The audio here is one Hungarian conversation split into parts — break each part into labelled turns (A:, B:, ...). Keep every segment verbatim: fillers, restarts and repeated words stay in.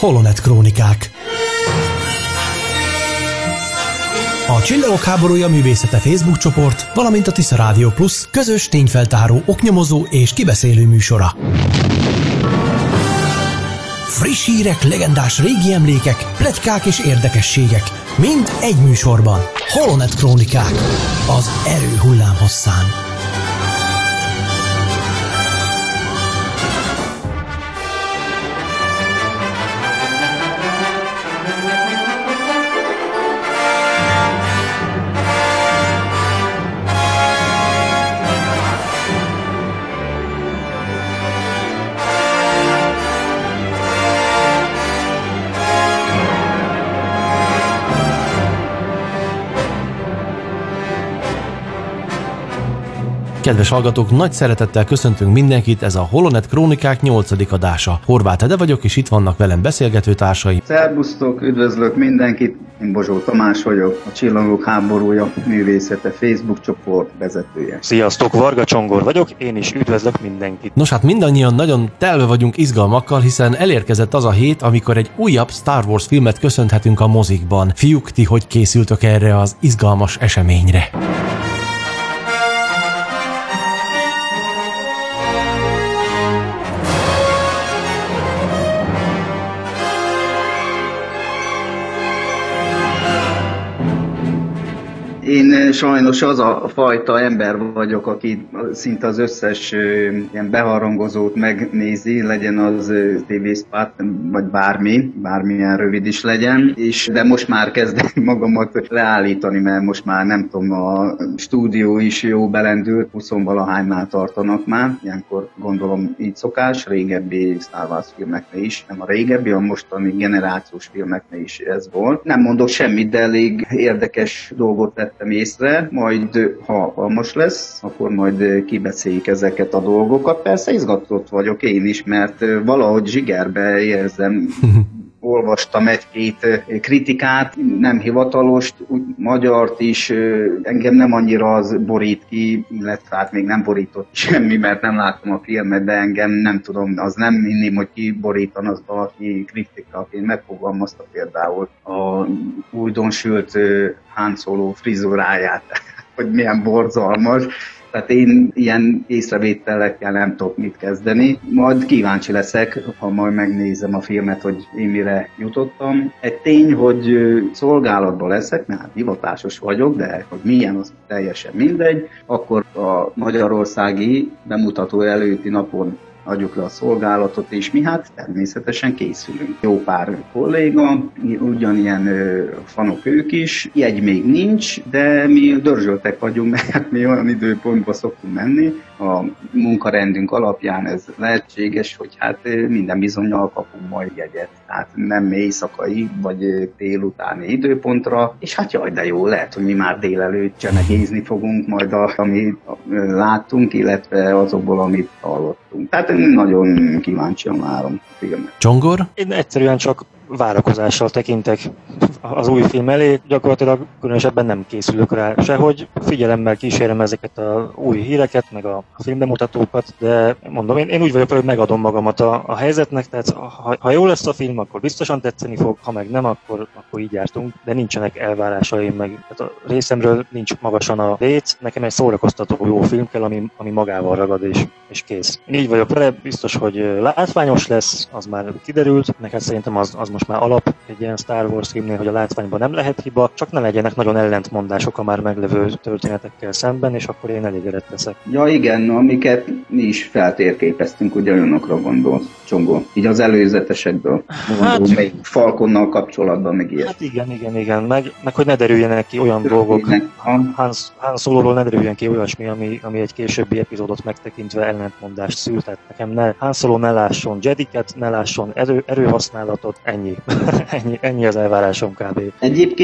A: Holonet Krónikák. A Csillagok háborúja művészete Facebook csoport, valamint a Tisza Rádió Plus közös tényfeltáró, oknyomozó és kibeszélő műsora. Friss hírek, legendás régi emlékek, pletykák és érdekességek. Mind egy műsorban. Holonet Krónikák. Az erő hullámhosszán. Kedves hallgatók, nagy szeretettel köszöntünk mindenkit, ez a Holonet Krónikák nyolcadik adása. Horváth Ede vagyok, és itt vannak velem beszélgető társaim.
B: Szerbusztok, üdvözlök mindenkit, én Bozsó Tamás vagyok, a Csillagok háborúja művészete Facebook csoport vezetője.
C: Sziasztok, Varga Csongor vagyok, én is üdvözlök mindenkit.
A: Nos hát mindannyian nagyon telve vagyunk izgalmakkal, hiszen elérkezett az a hét, amikor egy újabb Star Wars filmet köszönhetünk a mozikban. Fiúk, ti hogy készültök erre az izgalmas eseményre?
B: Én sajnos az a fajta ember vagyok, aki szinte az összes ilyen beharangozót megnézi, legyen az té vé-spot, vagy bármi, bármilyen rövid is legyen, és de most már kezdem magamat leállítani, mert most már nem tudom, a stúdió is jó belendült, huszonvalahánynál tartanak már, ilyenkor gondolom így szokás, régebbi Star Wars filmeknél is, nem a régebbi, a mostani generációs filmeknél is ez volt. Nem mondok semmit, de elég érdekes dolgot tettem észre, majd ha almas lesz, akkor majd kibeszéljük ezeket a dolgokat. Persze izgatott vagyok én is, mert valahogy zsigerbe érzem, olvastam egy-két kritikát, nem hivatalost, úgy magyart is, engem nem annyira az borít ki, illetve hát még nem borított semmi, mert nem láttam a filmet, de engem nem tudom, az nem hinném, hogy kiborítan az valaki kritikaként megfogalmazta például a újdonsült Han Solo frizuráját, hogy milyen borzalmas. Tehát én ilyen észrevételekkel nem tudok mit kezdeni. Majd kíváncsi leszek, ha majd megnézem a filmet, hogy én mire jutottam. Egy tény, hogy szolgálatban leszek, mert hát hivatásos vagyok, de hogy milyen, az teljesen mindegy. Akkor a magyarországi bemutató előtti napon adjuk le a szolgálatot, és mi hát természetesen készülünk. Jó pár kolléga, ugyanilyen ö, fanok ők is, jegy még nincs, de mi dörzsöltek vagyunk, mert mi olyan időpontba szoktunk menni. A munkarendünk alapján ez lehetséges, hogy hát minden bizonnyal kapunk majd jegyet. Tehát nem éjszakai vagy délutáni időpontra, és hát jaj, de jó, lehet, hogy mi már délelőtt csemegézni fogunk majd, a, amit láttunk, illetve azokból, amit hallottunk. Tehát nagyon kíváncsian várom a filmet.
A: Csongor?
C: Én egyszerűen csak várakozással tekintek az új film elé, gyakorlatilag különösebben nem készülök rá sehogy. Figyelemmel kísérem ezeket az új híreket, meg a filmbemutatókat, de mondom, én, én úgy vagyok, hogy megadom magamat a, a helyzetnek, tehát ha, ha jó lesz a film, akkor biztosan tetszeni fog, ha meg nem, akkor, akkor így jártunk, de nincsenek elvárásaim, meg tehát a részemről nincs magasan a léc, nekem egy szórakoztató jó film kell, ami, ami magával ragad, és, és kész. Én így vagyok vele, biztos, hogy látványos lesz, az már kiderült, neked szerintem az, az most már alap egy ilyen Star Wars filmnél, hogy a látványban nem lehet hiba, csak ne legyenek nagyon ellentmondások a már meglevő történetekkel szemben, és akkor én elégedett leszek.
B: Ja igen, amiket mi is feltérképeztünk, ugye olyanokra gondolsz, Csongó. Így az előzetesekből, hát, még Falconnal kapcsolatban meg ilyet.
C: Hát igen, igen, igen, meg, meg hogy ne derüljenek ki olyan dolgok, Han, Han Solo-ról ne derüljen ki olyasmi, ami, ami egy későbbi epizódot megtekintve ellentmondást szült, tehát nekem ne, Han Solo ne lásson Jediket, ne lásson erő, erőhasználatot, ennyi. ennyi. Ennyi az elvárásom kb.
B: Egyébként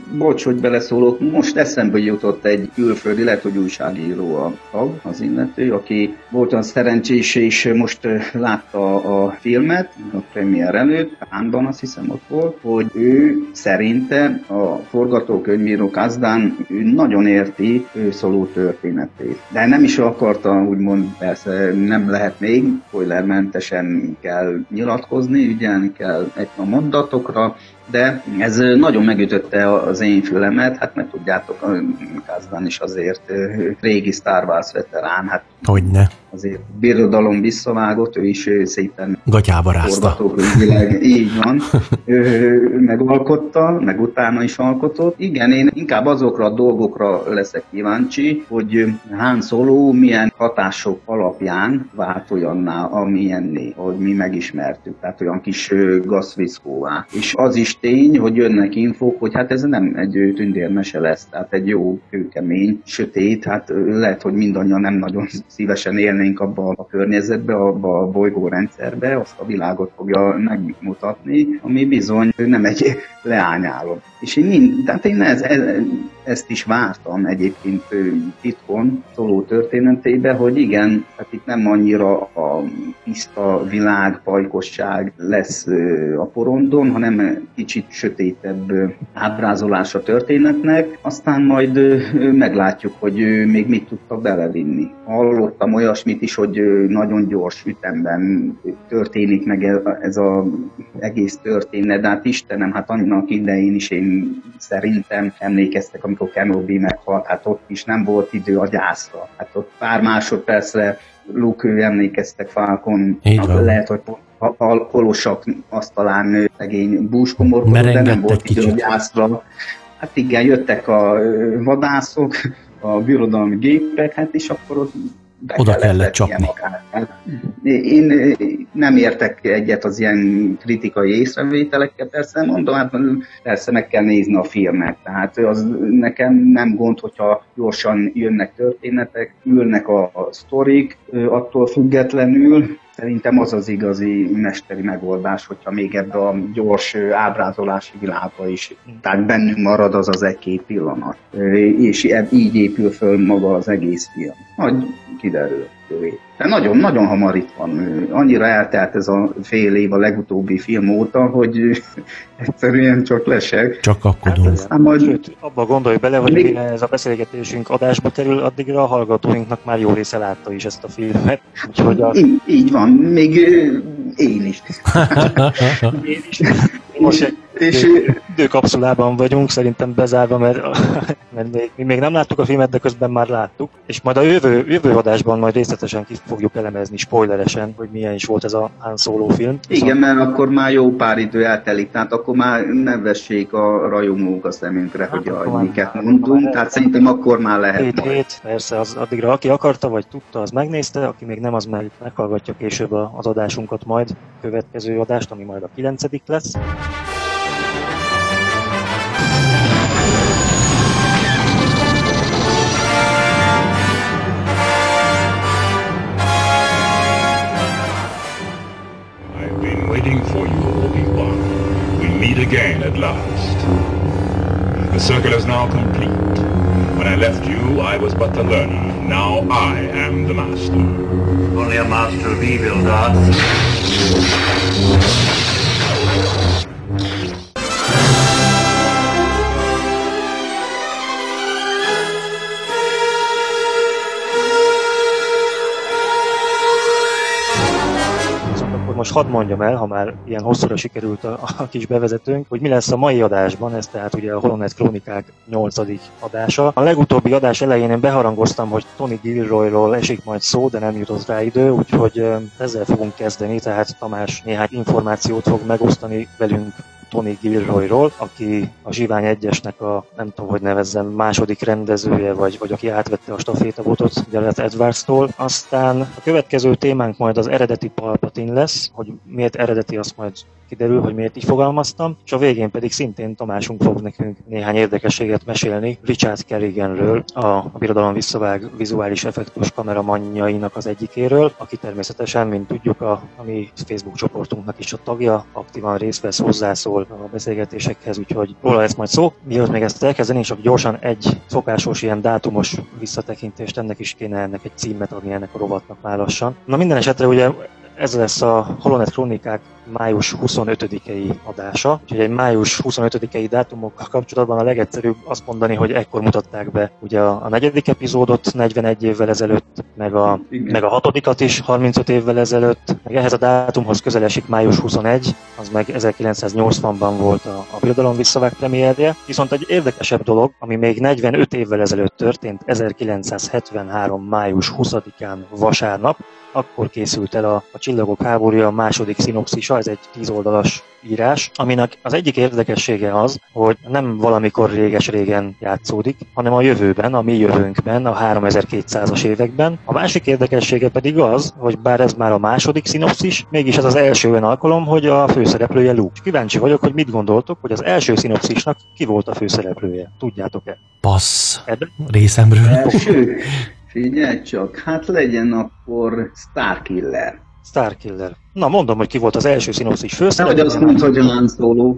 B: bocs, hogy beleszólok, most eszembe jutott egy külföldi, lehet, hogy újságíró a tag, az illető, aki volt olyan szerencsés, és most látta a filmet, a premier előtt, Kánban azt hiszem ott volt, hogy ő szerinte a forgatókönyvíró Kasdan, ő nagyon érti ő Szoló történetét. De nem is akarta, úgymond, persze nem lehet még, spoilermentesen kell nyilatkozni, ügyelni kell egy a mondatokra, de ez nagyon megütötte az én fülemet, hát meg tudjátok, a Kasdan is azért régi Star Wars veterán, hát
A: hogyne.
B: Azért birodalom visszavágott, ő is szépen
A: gatyába rázta.
B: Így van. Ő megalkotta, meg utána is alkotott. Igen, én inkább azokra a dolgokra leszek kíváncsi, hogy Han Solo milyen hatások alapján vált olyanná, amilyenné, hogy mi megismertük. Tehát olyan kis gazviszkóvá. És az is tény, hogy jönnek infók, hogy hát ez nem egy tündérmese lesz, tehát egy jó, kőkemény, sötét, hát lehet, hogy mindannyian nem nagyon szívesen élnénk abba a környezetbe, abba a bolygórendszerbe, azt a világot fogja megmutatni, ami bizony nem egy leányálom. És én, mind, tehát én ez, ez, ezt is vártam egyébként titkon Szoló történetében, hogy igen, tehát itt nem annyira a tiszta világ, pajkosság lesz a porondon, hanem kicsit sötétebb ábrázolás a történetnek, aztán majd meglátjuk, hogy még mit tudtak belevinni. Hallottam olyasmit is, hogy nagyon gyors ütemben történik meg ez az egész történet, de hát Istenem, hát annak idején is én szerintem emlékeztek, amikor Kenobi meghalt, hát ott is nem volt idő a gyászra. Hát ott pár másodpercre Luke, ő emlékeztek Falcon, lehet, hogy alkoholossak asztalán szegény búskomorkodó, de nem volt idő a gyászra. Hát igen, jöttek a vadászok, a birodalmi gépek, hát és akkor ott
A: oda kellett csapni.
B: Én nem értek egyet az ilyen kritikai észrevételekkel, persze mondom, hát persze meg kell nézni a filmet, tehát az nekem nem gond, hogyha gyorsan jönnek történetek, ülnek a, a sztorik, attól függetlenül. Szerintem az az igazi mesteri megoldás, hogyha még ebbe a gyors ábrázolási világba is, tehát bennünk marad az az egy-két pillanat. És így épül föl maga az egész film. Nagy kiderül. De nagyon-nagyon hamar itt van. Annyira eltelt ez a fél év a legutóbbi film óta, hogy egyszerűen csak leseg.
A: Csak kapkodunk.
C: Hát, majd... Sőt, abba gondolj bele, hogy még... ez a beszélgetésünk adásba kerül, addigra a hallgatóinknak már jó része látta is ezt a filmet. Úgyhogy a...
B: így, így van, még én is.
C: én is. Most egy és időkapszulában vagyunk, szerintem bezárva, mert, mert még, mi még nem láttuk a filmet, de közben már láttuk. És majd a jövő, jövő adásban majd részletesen ki fogjuk elemezni spoileresen, hogy milyen is volt ez a Han Solo film.
B: Igen, mert akkor már jó pár idő eltelik, tehát akkor már ne vessék a rajongók a szemünkre, hát, hogy a miket mondunk, tehát szerintem akkor már lehet
C: hét, majd. Hét, persze, az, addigra aki akarta, vagy tudta, az megnézte, aki még nem, az meg meghallgatja később az adásunkat majd, következő adást, ami majd a kilencedik lesz.
D: Waiting for you, Obi-Wan. We meet again at last. The circle is now complete. When I left you, I was but the learner. Now I am the master.
E: Only a master of evil, Darth.
C: Most hadd mondjam el, ha már ilyen hosszúra sikerült a, a kis bevezetőnk, hogy mi lesz a mai adásban, ez tehát ugye a Holonet Krónikák nyolcadik adása. A legutóbbi adás elején én beharangoztam, hogy Tony Gilroyról esik majd szó, de nem jutott rá idő, úgyhogy ezzel fogunk kezdeni, tehát Tamás néhány információt fog megosztani velünk Tony Gilroyról, aki a Zsivány egyesnek a, nem tudom, hogy nevezzem, második rendezője, vagy, vagy aki átvette a stafétabotot Gareth Edwardstól. Aztán a következő témánk majd az eredeti Palpatine lesz, hogy miért eredeti, azt majd kiderül, hogy miért így fogalmaztam, és a végén pedig szintén Tamásunk fog nekünk néhány érdekességet mesélni Richard Kerriganről, a Birodalom visszavág vizuális effektus kameramanjainak az egyikéről, aki természetesen, mint tudjuk, a, a mi Facebook csoportunknak is a tagja, aktívan részt vesz, hozzászól a beszélgetésekhez, úgyhogy róla lesz majd szó. Mielőtt még ezt elkezdeni, csak gyorsan egy szokásos ilyen dátumos visszatekintést, ennek is kéne ennek egy címet adni ennek a rovatnak már lassan. Na minden esetre ugye ez lesz a Holonet Krónikák május huszonötödikei adása. Úgyhogy egy május huszonötödikei dátumokkal kapcsolatban a legegyszerűbb azt mondani, hogy ekkor mutatták be ugye a, a negyedik epizódot negyvenegy évvel ezelőtt, meg a, meg a hatodikat is harmincöt évvel ezelőtt, meg ehhez a dátumhoz közel esik május huszonegy, az meg ezerkilencszáznyolcvanban volt a, a Birodalom visszavág premierje. Viszont egy érdekesebb dolog, ami még negyvenöt évvel ezelőtt történt, ezerkilencszázhetvenhárom május huszadikán vasárnap, akkor készült el a, a Csillagok háborúja második szinopszisa, ez egy tíz oldalas írás, aminek az egyik érdekessége az, hogy nem valamikor réges-régen játszódik, hanem a jövőben, a mi jövőnkben, a háromezer-kétszázas években. A másik érdekessége pedig az, hogy bár ez már a második szinopszis, mégis ez az első olyan alkalom, hogy a főszereplője Luke. És kíváncsi vagyok, hogy mit gondoltok, hogy az első szinopszisnak ki volt a főszereplője. Tudjátok-e?
A: Passz.
C: Ebben?
A: Részemről.
B: Első. Figyelj csak, hát legyen akkor Starkiller.
C: Starkiller. Na, mondom, hogy ki volt az első szinopszis főszereplő.
B: Nehogy azt mondta, hogy a Han Solo.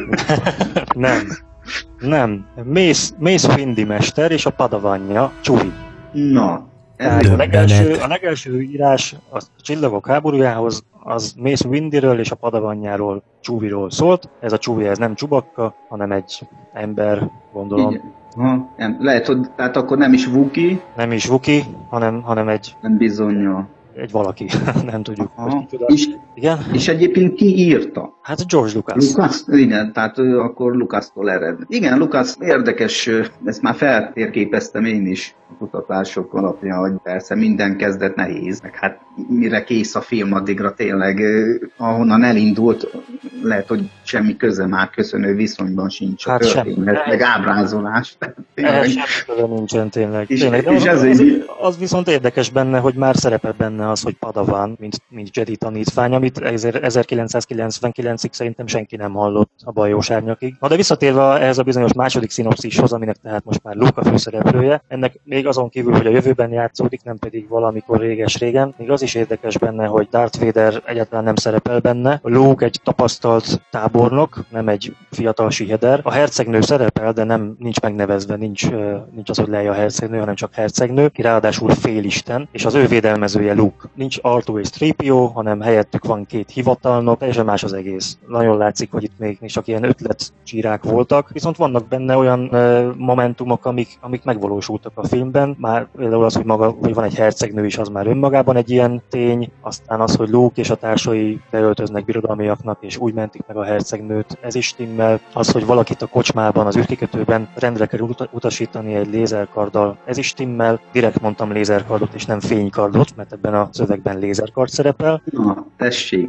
C: Nem. Nem. Mace, Mace Windu mester és a padavanja, Chewie.
B: Na.
C: Tehát a legelső, a legelső írás a Csillagok háborújához az Mace Winduről és a padavanyjáról, Chewie-ról szólt. Ez a Chewie, ez nem Chewbacca, hanem egy ember, gondolom.
B: Igen. Ha, nem, lehet, hogy tehát akkor nem is Wookie.
C: Nem is Wookie, hanem, hanem egy...
B: Nem bizonyal.
C: Egy valaki, nem tudjuk.
B: Aha, és,
C: igen?
B: És egyébként ki írta?
C: Hát George Lucas.
B: Lucas? Igen, tehát ő akkor Lucastól ered. Igen, Lucas érdekes, ezt már feltérképeztem én is a kutatások alapján, hogy persze minden kezdet nehéz, meg hát mire kész a film addigra tényleg, ahonnan elindult, lehet, hogy semmi köze már köszönő viszonyban sincs a
C: hát
B: történet, meg ábrázolás.
C: Ehhez semmi köze nincsen tényleg.
B: És,
C: tényleg.
B: És
C: az,
B: az,
C: az, az viszont érdekes benne, hogy már szerepel benne az, hogy Padawan, mint, mint Jedi tanítvány, amit ezerkilencszázkilencvenkilencig szerintem senki nem hallott a Bajós árnyakig. Na de visszatérve ehhez a bizonyos második szinopszishoz, aminek tehát most már Luke a főszereplője, ennek még azon kívül, hogy a jövőben játszódik, nem pedig valamikor réges-régen, még az is érdekes benne, hogy Darth Vader egyáltalán nem szerepel benne. Luke egy tapasztalt tábornok, nem egy fiatal siheder. A hercegnő szerepel, de nem nincs megnevezve, nincs, nincs az, hogy Leia hercegnő, hanem csak hercegnő, ki ráadásul félisten, és az ő védelmezője Luke. Nincs er kettő és három pé o, hanem helyettük van két hivatalnok, teljesen más az egész. Nagyon látszik, hogy itt még csak ilyen ötletcsírák voltak, viszont vannak benne olyan uh, momentumok, amik, amik megvalósultak a filmben. Már például az, hogy, maga, hogy van egy hercegnő is, az már önmagában egy ilyen tény, aztán az, hogy Luke és a társai beöltöznek birodalmiaknak, és úgy mentik meg a hercegnőt, ez is stimmel. Az, hogy valakit a kocsmában, az űrkikötőben rendre kell uta- utasítani egy lézerkarddal, ez is stimmel. Direkt mondtam lézerkardot, és nem fénykardot, mert ebben a szövegben lézerkard szerepel.
B: Na, tessék.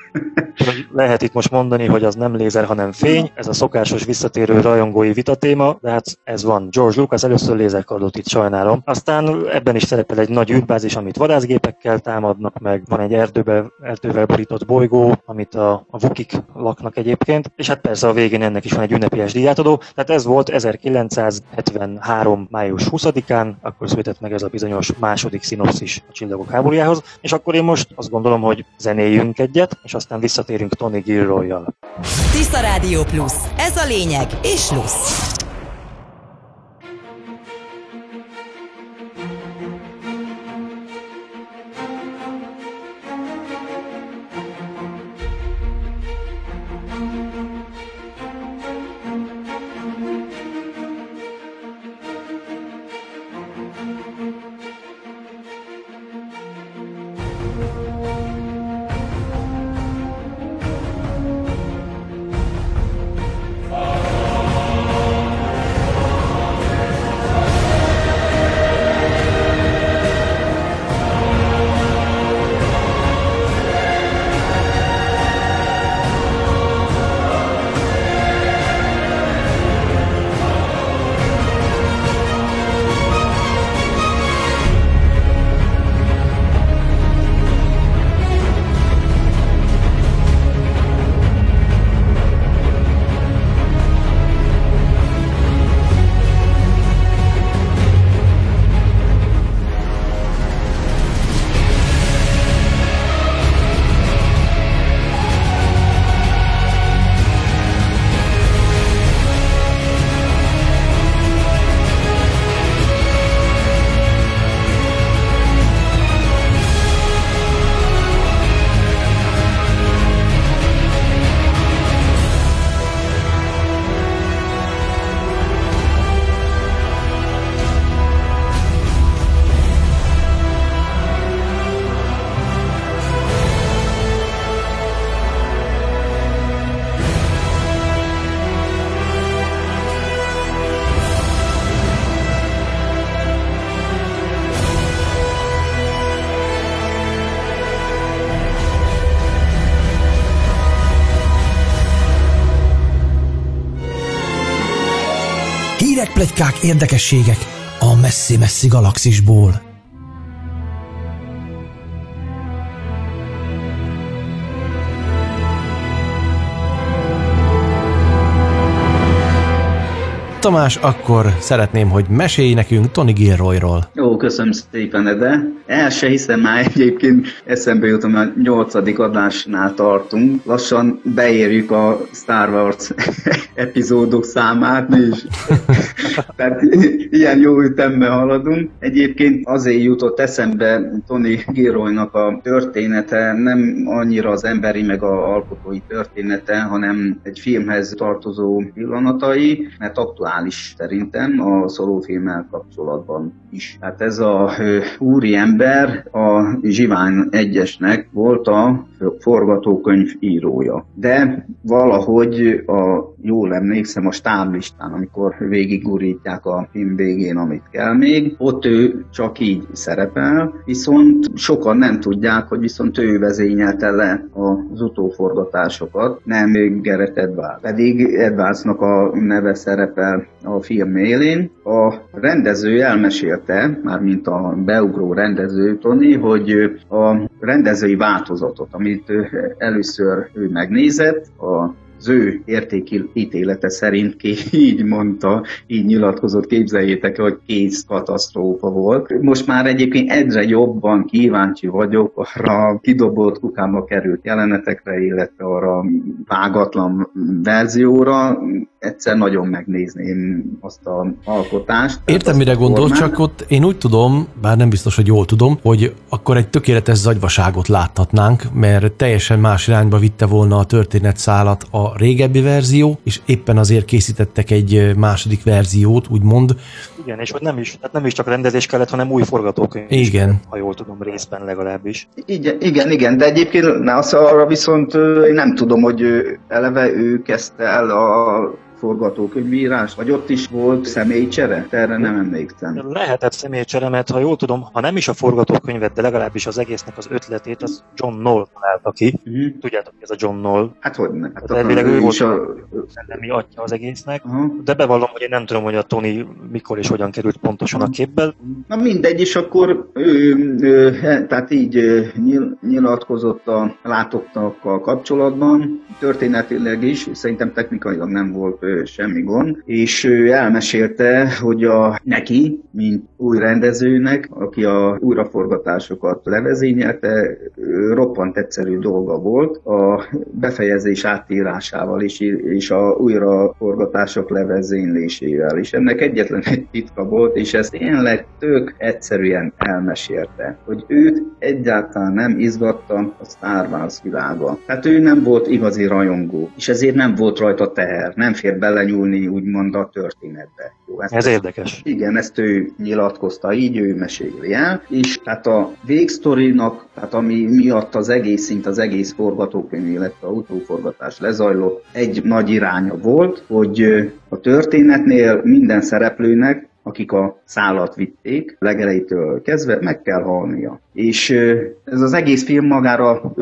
C: Lehet itt most mondani, hogy az nem lézer, hanem fény. Ez a szokásos visszatérő rajongói vitatéma, de hát ez van. George Lucas először lézerkardot, itt sajnálom. Aztán ebben is szerepel egy nagy űrbázis, amit vadászgépekkel támadnak meg. Van egy erdőbe, erdővel borított bolygó, amit a, a Wookieek laknak egyébként. És hát persze a végén ennek is van egy ünnepélyes díjátadó. Tehát ez volt ezerkilencszázhetvenhárom május huszadikán, akkor született meg ez a bizonyos második szinopszis a Csillagok háborújához. És akkor én most azt gondolom, hogy zenéljünk egyet, és aztán visszatérünk Tony Gilroy-jal.
F: Tisza Rádió Plusz. Ez a lényeg és lusz.
G: Hírek, pletykák, érdekességek a messzi-messzi galaxisból.
A: Tamás, akkor szeretném, hogy mesélj nekünk Tony Gilroyról.
B: Ó, köszönöm szépen, de el se hiszem, már egyébként eszembe jutom, a nyolcadik adásnál tartunk. Lassan beérjük a Star Wars epizódok számát, mi is. Tehát ilyen jó ütemben haladunk. Egyébként azért jutott eszembe Tony Gilroynak a története, nem annyira az emberi meg a alkotói története, hanem egy filmhez tartozó pillanatai, mert aktuális szerintem a szólófilmmel kapcsolatban is. Hát ez a úri ember a Zsivány egyesnek volt a forgatókönyv írója. De valahogy, a, jól emlékszem, a stáblistán, amikor végigurítják a film végén, amit kell még, ott ő csak így szerepel, viszont sokan nem tudják, hogy viszont ő vezényelte le az utóforgatásokat, nem Gareth Edwards. Pedig Edwardsnak a neve szerepel a film élén. A rendező elmesélte, mármint a beugró rendező Tony, hogy a rendezői változatot, amit először ő megnézett, a az ő értékítélete szerint így mondta, így nyilatkozott, képzeljétek, hogy kész katasztrófa volt. Most már egyébként egyre jobban kíváncsi vagyok arra a kidobott kukába került jelenetekre, illetve arra vágatlan verzióra. Egyszer nagyon megnézném azt az alkotást.
A: Értem, mire gondolsz, csak ott én úgy tudom, bár nem biztos, hogy jól tudom, hogy akkor egy tökéletes zagyvaságot láthatnánk, mert teljesen más irányba vitte volna a történetszálat a régebbi verzió, és éppen azért készítettek egy második verziót, úgymond.
C: Igen, és hogy nem is, tehát nem is csak rendezés kellett, hanem új forgatókönyv is,
A: igen.
C: Ha jól tudom, részben legalábbis.
B: Igen, igen, igen, de egyébként na, az arra viszont én nem tudom, hogy eleve ő kezdte el a forgatókönyvírás, vagy ott is volt személycsere? Erre nem emlékszem.
C: Lehetett személycsere, mert ha jól tudom, ha nem is a forgatókönyvet, de legalábbis az egésznek az ötletét, az John Knoll találta ki. Uh-huh. Tudjátok, ez a John Knoll.
B: Hát hogy ne? Hát
C: elvileg ő volt a szellemi atya az egésznek, uh-huh. De bevallom, hogy én nem tudom, hogy a Tony mikor és hogyan került pontosan uh-huh. a képbe.
B: Na mindegy, és akkor ő, ő tehát így nyil, nyilatkozott a látottakkal kapcsolatban, történetileg is, szerintem technikailag nem volt semmi gond, és ő elmesélte, hogy a neki, mint új rendezőnek, aki a újraforgatásokat levezényelte, roppant egyszerű dolga volt a befejezés átírásával is, és a újraforgatások levezénylésével is. Ennek egyetlen egy titka volt, és ezt tényleg tök egyszerűen elmesélte, hogy őt egyáltalán nem izgatta a Star Wars világa. Tehát ő nem volt igazi rajongó, és ezért nem volt rajta teher, nem fér belenyúlni úgymond a történetbe. Jó,
C: Ez érdekes.
B: Igen, ezt ő nyilatkozta így, ő meséli el, és tehát a végsztorinak, tehát ami miatt az egész szint, az egész forgatókönyv, illetve a utóforgatás lezajlott, egy nagy iránya volt, hogy a történetnél minden szereplőnek, akik a szálat vitték, legelejétől kezdve, meg kell halnia. És ez az egész film magára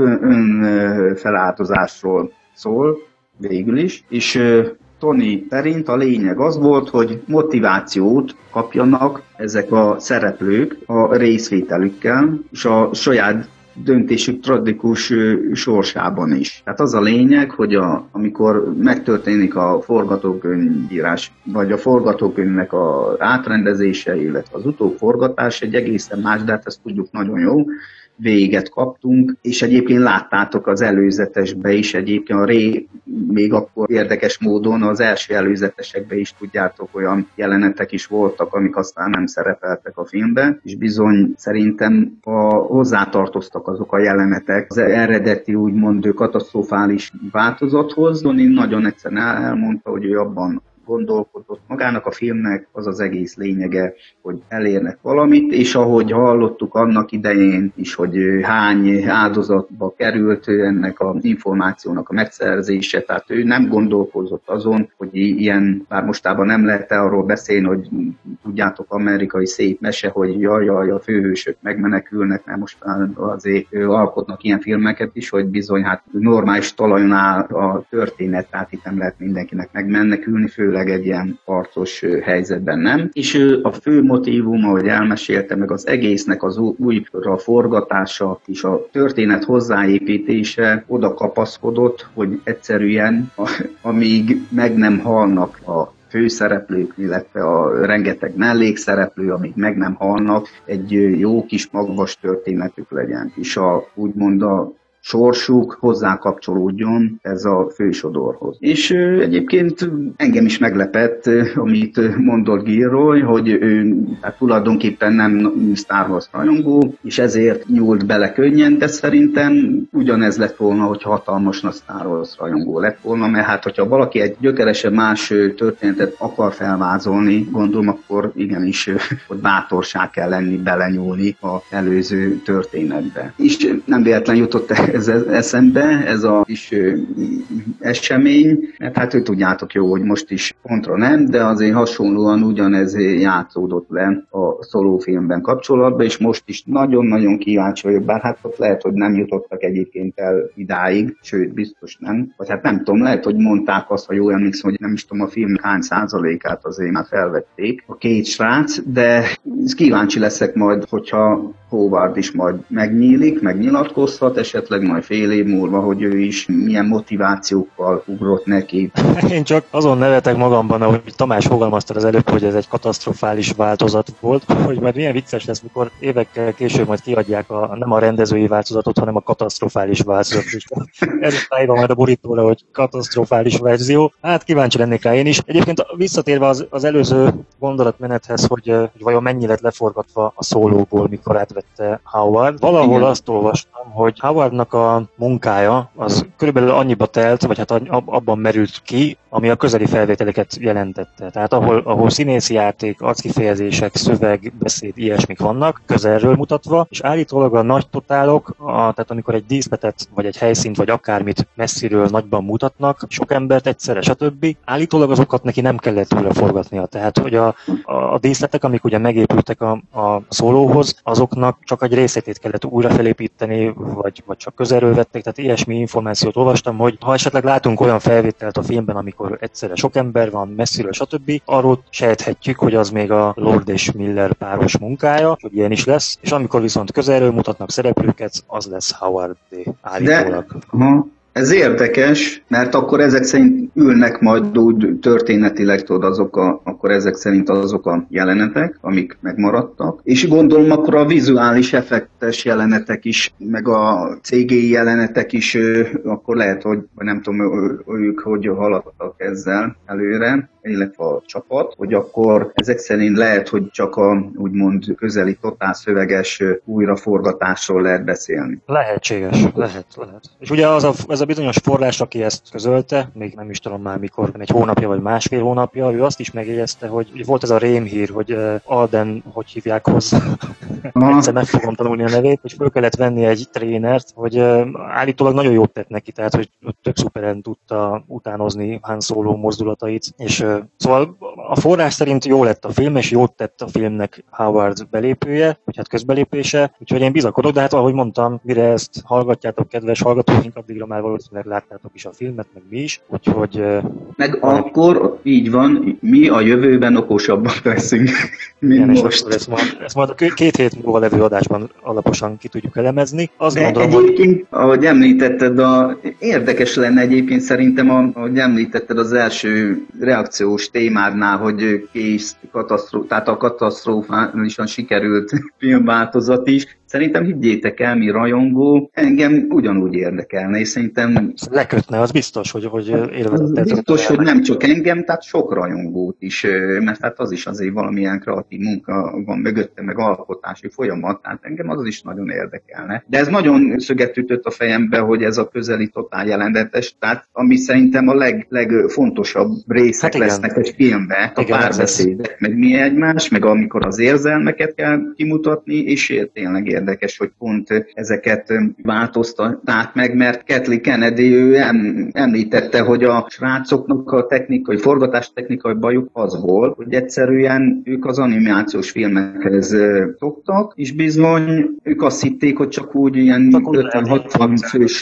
B: önfeláltozásról szól, végül is, és Tony szerint a lényeg az volt, hogy motivációt kapjanak ezek a szereplők a részvételükkel, és a saját döntésük tragikus sorsában is. Tehát az a lényeg, hogy a, amikor megtörténik a forgatókönyvírás, vagy a forgatókönyvnek az átrendezése, illetve az utóforgatás, egy egészen más, de hát ezt tudjuk nagyon jó, véget kaptunk, és egyébként láttátok az előzetesbe is, egyébként a ré, még akkor érdekes módon az első előzetesekben is tudjátok, olyan jelenetek is voltak, amik aztán nem szerepeltek a filmben, és bizony szerintem a, hozzátartoztak azok a jelenetek az eredeti úgymond katasztrofális változathoz. Doni nagyon egyszerűen elmondta, hogy ő abban gondolkodott. Magának a filmnek az az egész lényege, hogy elérnek valamit, és ahogy hallottuk annak idején is, hogy hány áldozatba került ennek az információnak a megszerzése, tehát ő nem gondolkozott azon, hogy ilyen, bár mostában nem lehet arról beszélni, hogy tudjátok, amerikai szép mese, hogy jaj, jaj, a főhősök megmenekülnek, mert most azért alkotnak ilyen filmeket is, hogy bizony hát normális talajon áll a történet, tehát itt nem lehet mindenkinek megmenekülni, főleg főleg egy ilyen harcos helyzetben nem. És a fő motívum, ahogy elmesélte, meg az egésznek az újra forgatása és a történet hozzáépítése oda kapaszkodott, hogy egyszerűen amíg meg nem halnak a főszereplők, illetve a rengeteg mellékszereplő, amíg meg nem halnak, egy jó kis magvas történetük legyen. És a, úgymond a sorsuk hozzákapcsolódjon ez a fősodorhoz. És ö, egyébként engem is meglepett, amit mondott Gilroy, hogy ő hát tulajdonképpen nem Star Wars rajongó, és ezért nyúlt bele könnyen, de szerintem ugyanez lett volna, hogy hatalmas nagy Star Wars rajongó lett volna, mert hát, hogyha valaki egy gyökeresen más történetet akar felvázolni, gondolom, akkor igenis ott bátorság kell lenni, belenyúlni az előző történetbe. És nem véletlen jutott ez eszembe, ez a kis esemény, mert hát ő tudjátok jó, hogy most is pontra nem, de azért hasonlóan ugyanez játszódott le a Solo filmben kapcsolatban, és most is nagyon-nagyon kíváncsi vagyok, bár hát ott lehet, hogy nem jutottak egyébként el idáig, sőt, biztos nem, vagy hát nem tudom, lehet, hogy mondták azt, ha jól emlékszem, hogy nem is tudom, a film hány százalékát azért már felvették a két srác, de kíváncsi leszek majd, hogyha Howard is majd megnyílik, megnyilatkozhat, esetleg majd fél év múlva, hogy ő is milyen motivációkkal ugrott neki.
C: Én csak azon nevetek magamban, ahogy Tamás fogalmazta az előbb, hogy ez egy katasztrofális változat volt, hogy majd milyen vicces lesz, mikor évekkel később majd kiadják a, nem a rendezői változatot, hanem a katasztrofális változatot is. Ez a tájban majd a borítóra, hogy katasztrofális verzió. Hát kíváncsi lennék rá én is. Egyébként visszatérve az, az előző gondolatmenethez, hogy, hogy vajon mennyi lett leforgatva a Szólóból, mikor átvette Howard. Valahol igen. Azt olvastam, hogy Howardnak a munkája az körülbelül annyiba telt, vagy hát abban merült ki, ami a közeli felvételeket jelentette. Tehát ahol, ahol színészi játék, arckifejezések, szöveg, beszéd, ilyesmik vannak, közelről mutatva, és állítólag a nagy totálok, a, tehát amikor egy díszletet, vagy egy helyszínt, vagy akármit messziről nagyban mutatnak, sok embert egyszerre, stb. Állítólag azokat neki nem kellett újra forgatnia. Tehát, hogy a, a, a díszletek, amik ugye megépültek a, a Szólóhoz, azoknak csak egy részletét kellett újra felépíteni, vagy, vagy csak közelről vették, tehát ilyesmi információt olvastam, hogy ha esetleg látunk olyan felvételt a filmben, amikor egyszerre sok ember van, messziről, stb., arról sejthetjük, hogy az még a Lord és Miller páros munkája, hogy ilyen is lesz, és amikor viszont közelről mutatnak szereplőket, az lesz Howard-é állítólag.
B: De, ez érdekes, mert akkor ezek szerint ülnek majd úgy történetileg, tudod, azok a, akkor ezek szerint azok a jelenetek, amik megmaradtak. És gondolom akkor a vizuális effektes jelenetek is, meg a cé gé i jelenetek is, akkor lehet, hogy nem tudom, ők hogy haladtak ezzel előre, illetve a csapat, hogy akkor ezek szerint lehet, hogy csak a úgymond közeli totálszöveges újraforgatásról lehet beszélni.
C: Lehetséges, lehet, lehet. És ugye az a, ez a bizonyos forrás, aki ezt közölte, még nem is tudom már mikor, egy hónapja vagy másfél hónapja, ő azt is megjegyezte, hogy volt ez a rémhír, hogy Alden, hogy hívják hozzá, egyszer meg fogom tanulni a nevét, és föl kellett venni egy trénert, hogy állítólag nagyon jót tett neki, tehát hogy tök szuperen tudta utánozni Han Solo mozdulatait, és szóval a forrás szerint jó lett a film, és jót tett a filmnek Howard belépője, vagy hát közbelépése, úgyhogy én bizakodok, de hát ahogy mondtam, mire ezt hallgatjátok, kedves hallgatóink, addigra már valószínűleg láttátok is a filmet, meg mi is, úgyhogy...
B: Meg akkor, így van, mi a jövőben okosabbak leszünk, mint
C: igen,
B: most.
C: És ezt majd, ezt majd a két hét múlva levő adásban alaposan ki tudjuk elemezni. Azt
B: de
C: gondolom,
B: egyébként,
C: hogy...
B: ahogy említetted, a, érdekes lenne egyébként szerintem, ahogy említetted az első reakciós témádnál, hogy kész katasztrófa, tehát a katasztrofálisan sikerült filmváltozat is. Szerintem higgyétek el, mi rajongó, engem ugyanúgy érdekelne, és szerintem...
C: Lekötne, az biztos, hogy, hogy élvezett.
B: Biztos, hogy nem csak engem, tehát sok rajongót is, mert hát az is azért valamilyen kreatív munka van mögötte, meg alkotási folyamat, tehát engem az is nagyon érdekelne. De ez nagyon szöget ütött a fejembe, hogy ez a közeli totál jelentetes, tehát ami szerintem a leg, legfontosabb részek hát lesznek egy filmbe, a párbeszédek, meg mi egymás, meg amikor az érzelmeket kell kimutatni, és tényleg érdekes, hogy pont ezeket változtatták meg, mert Kathleen Kennedy ő em, említette, hogy a srácoknak a technikai, forgatás technikai bajuk az volt, hogy egyszerűen ők az animációs filmekhez szoktak, és bizony ők azt hitték, hogy csak úgy ilyen ötven-hatvan fős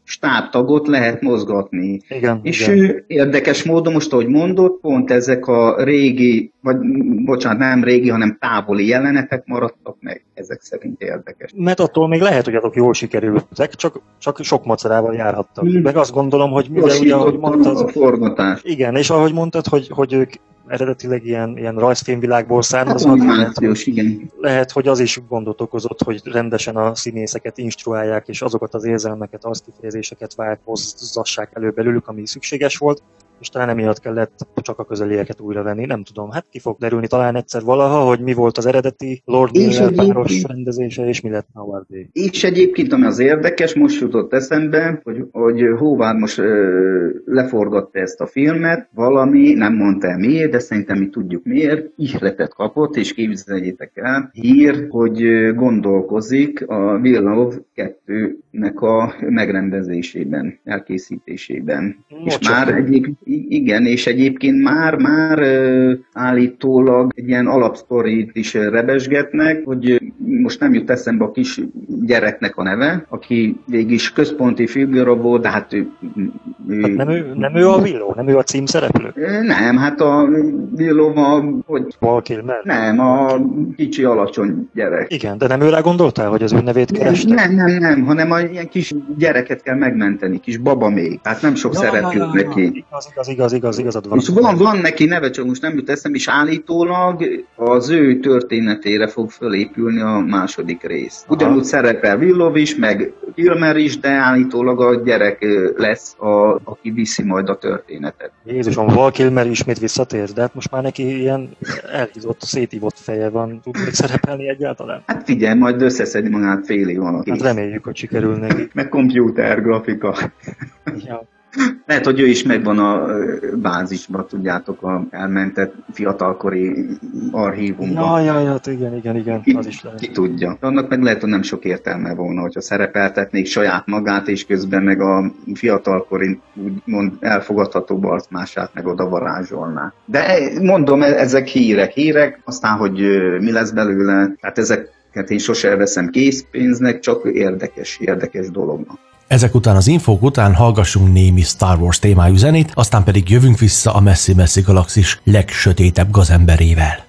B: stábtagot lehet mozgatni.
C: Igen,
B: és
C: igen.
B: Ő, érdekes módon, most ahogy mondott, pont ezek a régi, vagy bocsánat, nem régi, hanem távoli jelenetek maradtak meg. Ezek szerint érdekes.
C: Mert attól még lehet, hogy azok jól sikerültek, csak, csak sok macerával járhattak. Hmm. Meg azt gondolom, hogy mivel ugye, ahogy mondtad,
B: a forgatás.
C: Igen, és ahogy mondtad, hogy, hogy ők eredetileg ilyen, ilyen rajzfilmvilágból származnak.
B: Hát, lehet, hogy,
C: igen. lehet, hogy az is gondot okozott, hogy rendesen a színészeket instruálják, és azokat az érzelmeket, arckifejezéseket változzassák elő belőlük, ami szükséges volt, és talán emiatt kellett csak a közelieket újra venni. Nem tudom, hát ki fog derülni talán egyszer valaha, hogy mi volt az eredeti Lord Miller páros rendezése, és mi lett Howard-é.
B: És egyébként, ami az érdekes, most jutott eszembe, hogy, hogy Howard most ö, leforgatta ezt a filmet, valami, nem mondta el miért, de szerintem mi tudjuk miért, ihletet kapott, és képzeljétek el, hír, hogy gondolkozik a Villeneuve kettőnek a megrendezésében, elkészítésében. No, és már egyébként igen, és egyébként már, már uh, állítólag egy ilyen alapsztorit is rebesgetnek, hogy uh, most nem jut eszembe a kis gyereknek a neve, aki végig központi figura volt, de hát ő...
C: ő hát nem, ő nem ő a Willow, nem ő a címszereplő?
B: Nem, hát a Willow a... Hogy,
C: Val Kilmer?
B: Nem, a kicsi alacsony gyerek.
C: Igen, de nem őre gondoltál, hogy az ő nevét kerestek?
B: Nem, nem, nem, hanem a ilyen kis gyereket kell megmenteni, kis baba még. Hát nem sok ja, szerep jut ja, ja, neki.
C: Igaz, igaz, igaz, igaz, igazad van.
B: És van, van neki neve, csak most nem jut eszem, és állítólag az ő történetére fog fölépülni a második rész. Ugyanúgy Aha. szerepel Willow is, meg Kilmer is, de állítólag a gyerek lesz, a, aki viszi majd a történetet.
C: Jézusom, Val Kilmer ismét visszatér, de hát most már neki ilyen elhízott, szétívott feje van. Tud még szerepelni egyáltalán?
B: Hát figyelj, majd összeszedni magát félig van.
C: Hát reméljük, hogy sikerül neki.
B: Meg komputer grafika.
C: Ja.
B: Lehet, hogy ő is megvan a bázisban, tudjátok, a elmentett fiatalkori archívumban.
C: Ja, ja, ja, igen, igen, igen,
B: ki,
C: az is lehet.
B: Ki tudja. Annak meg lehet, hogy nem sok értelme volna, hogyha szerepeltetnék saját magát, és közben meg a fiatalkori úgymond elfogadható arcmását meg oda varázsolná. De mondom, ezek hírek, hírek, aztán, hogy mi lesz belőle, tehát ezeket én sose veszem készpénznek, csak érdekes, érdekes dolognak.
A: Ezek után, az infók után hallgassunk némi Star Wars témájú zenét, aztán pedig jövünk vissza a messzi-messzi galaxis legsötétebb gazemberével.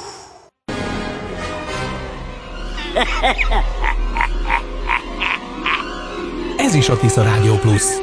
G: Ez is a Tisza Rádió Plusz.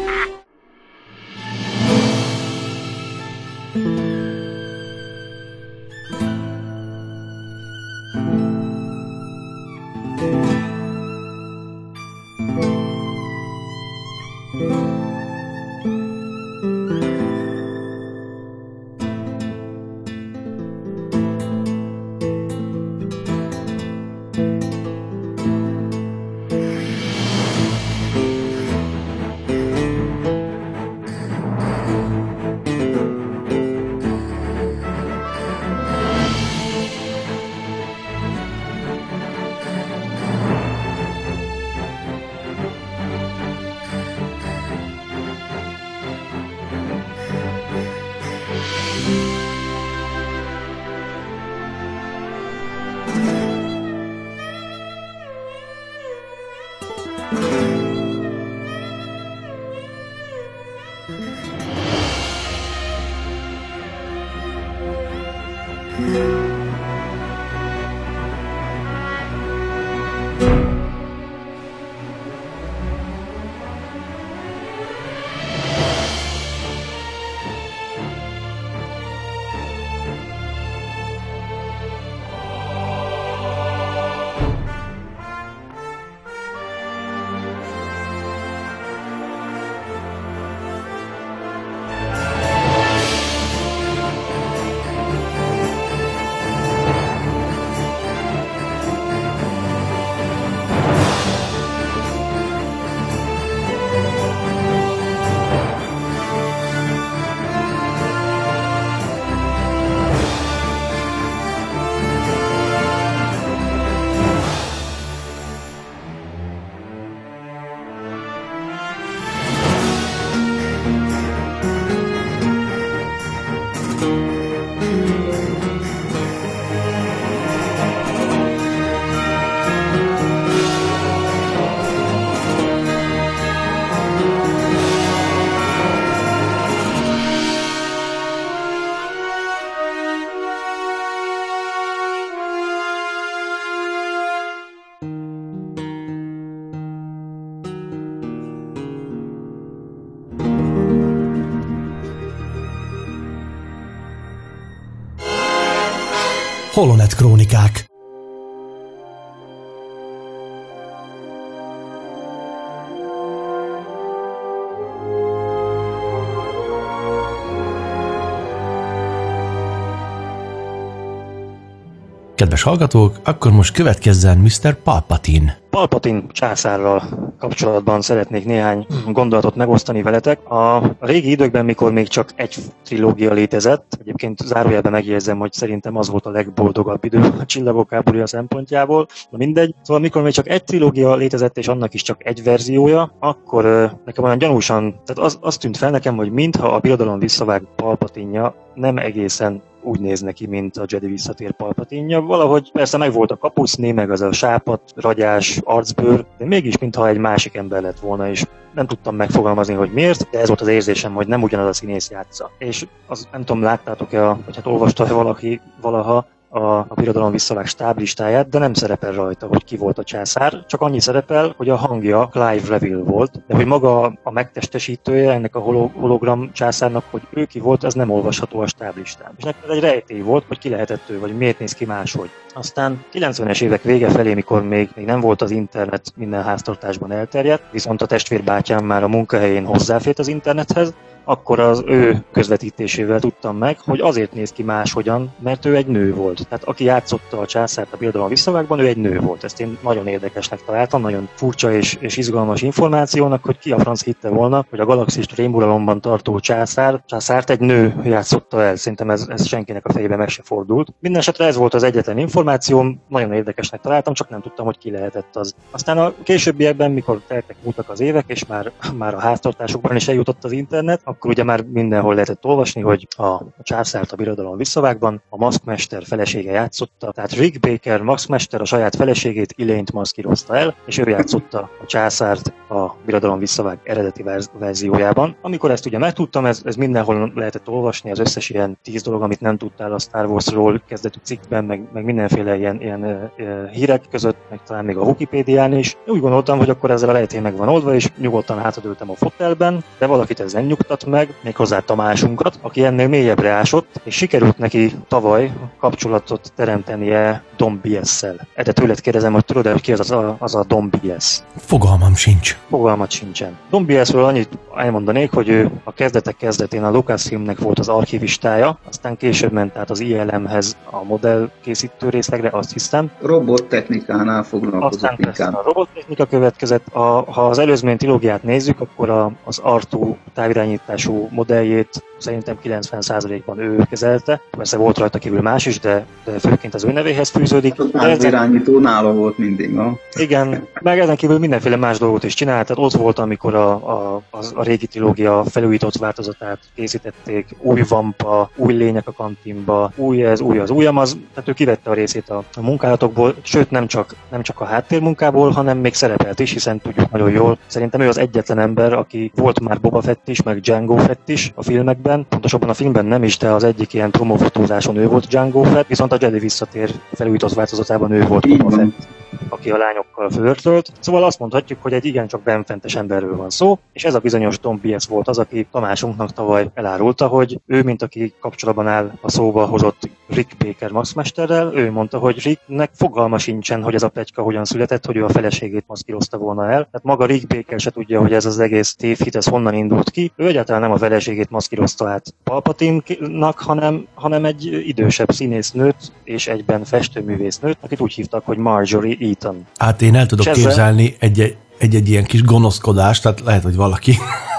G: Holonet Krónikák.
A: Kedves hallgatók, akkor most következzen miszter Palpatine.
C: Palpatine császárral kapcsolatban szeretnék néhány gondolatot megosztani veletek. A régi időkben, mikor még csak egy trilógia létezett, egyébként zárójelben megjegyzem, hogy szerintem az volt a legboldogabb idő a Csillagok háborúja szempontjából, de mindegy. Szóval mikor még csak egy trilógia létezett, és annak is csak egy verziója, akkor nekem olyan gyanúsan, tehát az, az tűnt fel nekem, hogy mintha a Birodalom visszavág Palpatine-ja nem egészen úgy néz neki, mint a Jedi visszatér Palpatine-ja. Valahogy persze meg volt a kapuszni, meg az a sápat, ragyás, arcbőr, de mégis mintha egy másik ember lett volna, és nem tudtam megfogalmazni, hogy miért, de ez volt az érzésem, hogy nem ugyanaz a színész játsza. És az, nem tudom, láttátok-e, a, vagy hát olvasta-e valaki valaha a, a Birodalom visszavág stáblistáját, de nem szerepel rajta, hogy ki volt a császár, csak annyi szerepel, hogy a hangja Clive Revill volt, de hogy maga a megtestesítője ennek a hologram császárnak, hogy ő ki volt, ez nem olvasható a stáblistán. És nekem ez egy rejtély volt, hogy ki lehetett ő, vagy miért néz ki máshogy. Aztán kilencvenes évek vége felé, mikor még, még nem volt az internet minden háztartásban elterjedt, viszont a testvérbátyám már a munkahelyén hozzáfért az internethez, akkor az ő közvetítésével tudtam meg, hogy azért néz ki máshogyan, mert ő egy nő volt. Tehát aki játszotta a császárt a Birodalom visszavágban, ő egy nő volt. Ezt én nagyon érdekesnek találtam, nagyon furcsa és, és izgalmas információnak, hogy ki a franc hitte volna, hogy a galaxist rémuralomban tartó császár, császárt egy nő játszotta el. Szerintem ez, ez senkinek a fejébe meg se fordult. Mindenesetre ez volt az egyetlen információm, nagyon érdekesnek találtam, csak nem tudtam, hogy ki lehetett az. Aztán a későbbiekben, mikor teltek múltak az évek, és már, már a háztartásokban is eljutott az internet, akkor ugye már mindenhol lehetett olvasni, hogy a, a császárt a Birodalom visszavágban a maszkmester felesége játszotta, tehát Rick Baker maszkmester a saját feleségét, Elaine-t maszkírozta el, és ő játszotta a császárt a Birodalom visszavág eredeti verz- verziójában. Amikor ezt ugye megtudtam, ez, ez mindenhol lehetett olvasni, az összes ilyen tíz dolog, amit nem tudtál a Star Warsról kezdetű cikkben, meg, meg mindenféle ilyen, ilyen e, e, hírek között, meg talán még a Wikipédián is. Úgy gondoltam, hogy akkor ezzel a rejtély meg van oldva, és nyugodtan hátradőltem a fotelben, de valakit ez nem nyugtat meg, méghozzá Tamásunkat, aki ennél mélyebbre ásott, és sikerült neki tavaly kapcsolatot teremtenie Don B S-szel. Erre tőled kérdezem, hogy tudod-e, hogy ki az a, az a Don B S?
A: Fogalmam sincs.
C: Fogalmat sincsen. Don B S-ről annyit elmondanék, hogy ő a kezdetek kezdetén a Lucasfilmnek volt az archivistája, aztán később ment át az I L M-hez a modell készítő részlegre, azt hiszem.
B: Robottechnikánál foglalkozott
C: aztán
B: inkább.
C: A robottechnika következett. A, ha az előzmény trilógiát nézzük, akkor a, az Artú távirányítású modelljét szerintem kilencven százalékban ő kezelte. Persze volt rajta kívül más is, de, de főként az ő nevéhez fűződik.
B: Az irányító nála volt mindig, no?
C: Igen, meg ezen kívül mindenféle más dolgot is csinált. Tehát ott volt, amikor a, a, a, a régi trilógia felújított változatát készítették, új vampa, új lények a kantinba, új ez, új az újamaz. Tehát ő kivette a részét a, a munkálatokból, sőt nem csak, nem csak a háttérmunkából, hanem még szerepelt is, hiszen tudjuk nagyon jól. Szerintem ő az egyetlen ember, aki volt már Boba Fett is, meg Jango Fett is a filmekben. Pontosabban a filmben nem is, de az egyik ilyen promófotózáson ő volt Jango Fett, viszont a Jedi visszatér felújított változatában ő volt Boba Fett, aki a lányokkal flörtölt. Szóval azt mondhatjuk, hogy egy igencsak benfentes emberről van szó, és ez a bizonyos Don B S volt az, aki Tamásunknak tavaly elárulta, hogy ő, mint aki kapcsolatban áll a szóba hozott Rick Baker maszkmesterrel, ő mondta, hogy Ricknek fogalma sincsen, hogy ez a pletyka hogyan született, hogy ő a feleségét maszkírozta volna el. Tehát maga Rick Baker se tudja, hogy ez az egész tévhit, ez honnan indult ki. Ő egyáltalán nem a feleségét maszkírozta át Palpatine-nak, hanem, hanem egy idősebb színésznőt és egyben festőművésznőt, akit úgy hívtak, hogy Marjorie Eaton.
A: Hát én el tudok
C: ezzel...
A: képzelni egy, egy, egy ilyen kis gonoszkodást, tehát lehet, hogy valaki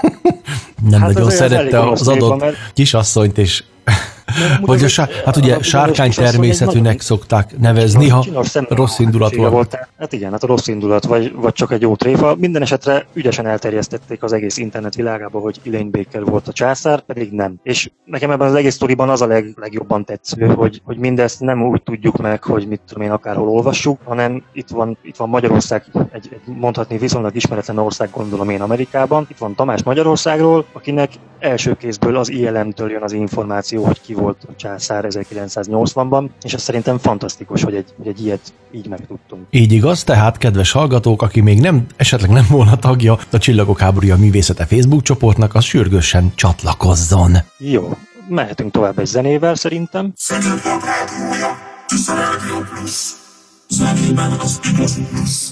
A: nem hát nagyon szerette az adott van, mert... kisasszonyt, és vagy a sá... hát ugye sárkány természetűnek szokták nevezni, ha rossz indulat volt.
C: Hát igen, hát a rossz indulat, vagy, vagy csak egy jó tréfa. Minden esetre ügyesen elterjesztették az egész internet világába, hogy Elaine Baker volt a császár, pedig nem. És nekem ebben az egész sztoriban az a leg, legjobban tetsző, hogy, hogy mindezt nem úgy tudjuk meg, hogy mit tudom én, akárhol olvassuk, hanem itt van, itt van Magyarország, egy, egy mondhatni viszonylag ismeretlen ország, gondolom én Amerikában. Itt van Tamás Magyarországról, akinek első kézből az I L M-től jön az információ, hogy ki volt a császár ezerkilencszáznyolcvanban, és ez szerintem fantasztikus, hogy egy, hogy egy ilyet így megtudtunk.
A: Így igaz, tehát kedves hallgatók, aki még nem, esetleg nem volna tagja a Csillagok háborúja művészete Facebook csoportnak, az sürgősen csatlakozzon.
C: Jó, mehetünk tovább egy zenével szerintem.
H: Csillagok háborúja. Tiszta Rádió Plusz. Zenében az igazi plusz.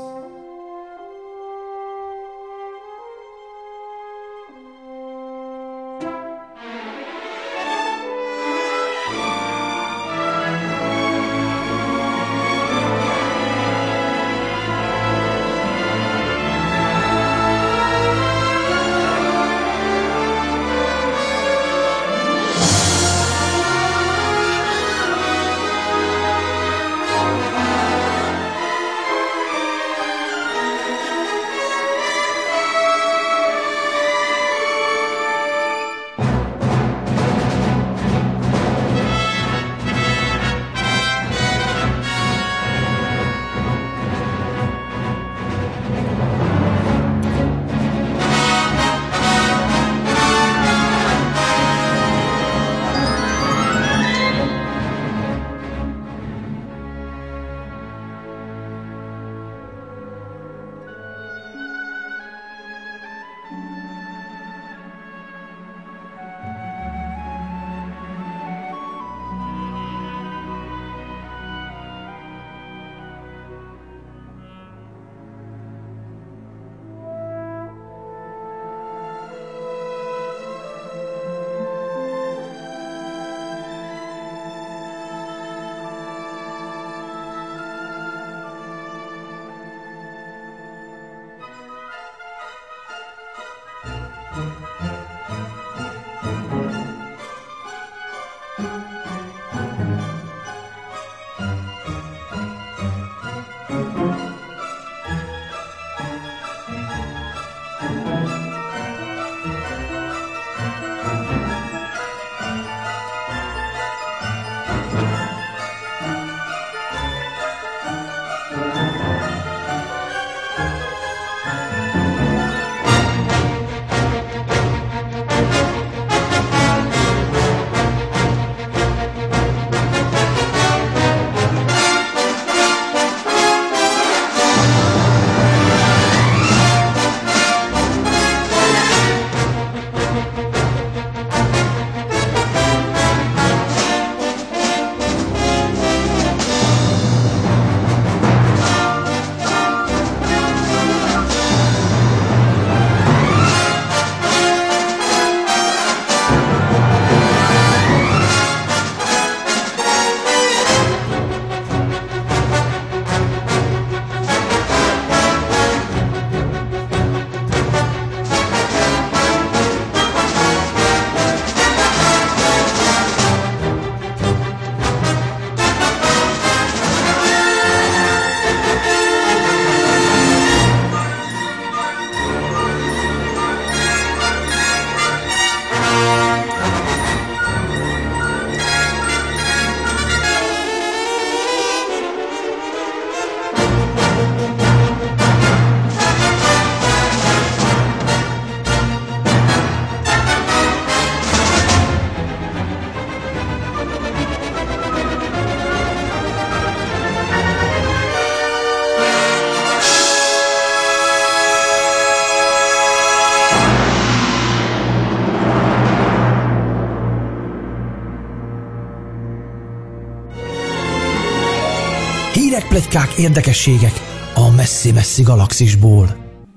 G: Hírek, pletykák, érdekességek a messzi-messzi galaxisból.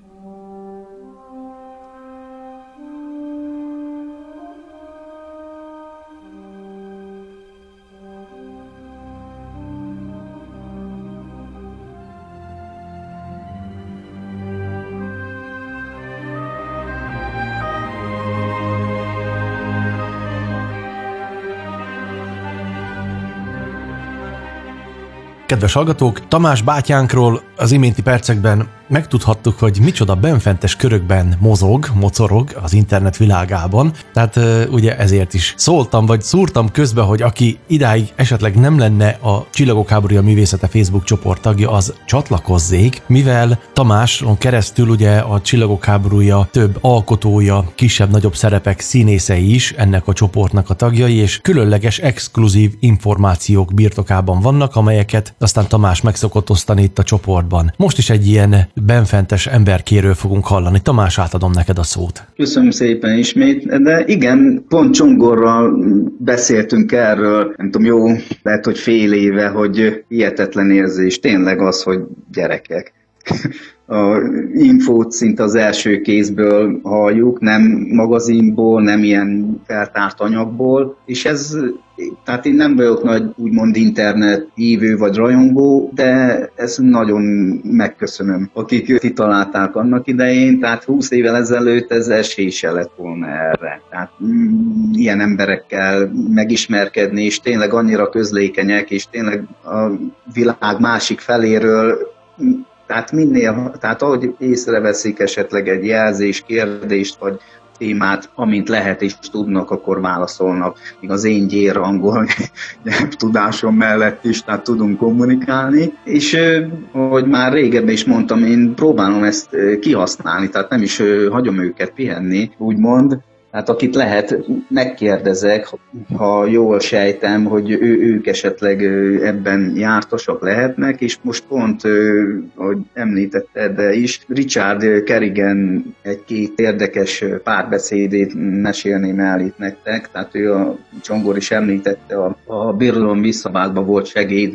A: Kedves hallgatók, Tamás bátyánkról az iménti percekben megtudhattuk, hogy micsoda benfentes körökben mozog, mocorog az internet világában. Tehát ugye ezért is szóltam, vagy szúrtam közbe, hogy aki idáig esetleg nem lenne a Csillagok háborúja művészete Facebook csoport tagja, az csatlakozzék, mivel Tamáson keresztül ugye a Csillagok háborúja több alkotója, kisebb-nagyobb szerepek színészei is ennek a csoportnak a tagjai, és különleges, exkluzív információk birtokában vannak, amelyeket aztán Tamás meg szokott osztani itt a csoportban. műsorban. Most is egy ilyen benfentes emberkéről fogunk hallani. Tamás, átadom neked a szót.
B: Köszönöm szépen ismét, de igen, pont Csongorral beszéltünk erről, nem tudom, jó, lehet, hogy fél éve, hogy hihetetlen érzés, tényleg az, hogy gyerekek. A infót szinte az első kézből halljuk, nem magazinból, nem ilyen feltárt anyagból, és ez, tehát én nem vagyok nagy úgymond internet hívő vagy rajongó, de ezt nagyon megköszönöm, akik kitalálták annak idején, tehát húsz évvel ezelőtt ez esély se lett volna erre. Tehát mm, ilyen emberekkel megismerkedni, és tényleg annyira közlékenyek, és tényleg a világ másik feléről, tehát minél, tehát ahogy észreveszik esetleg egy jelzés, kérdést, vagy témát, amint lehet és tudnak, akkor válaszolnak. Míg az én gyér angol tudásom mellett is, tehát tudunk kommunikálni. És ahogy már régebben is mondtam, én próbálom ezt kihasználni, tehát nem is hagyom őket pihenni, úgymond. Hát akit lehet, megkérdezek, ha jól sejtem, hogy ő, ők esetleg ebben jártasak lehetnek, és most pont, ahogy említetted is, Richard Kerrigan egy-két érdekes párbeszédét mesélném el itt nektek, tehát ő a Csongor is említette, a, a Birodalom visszaváltva volt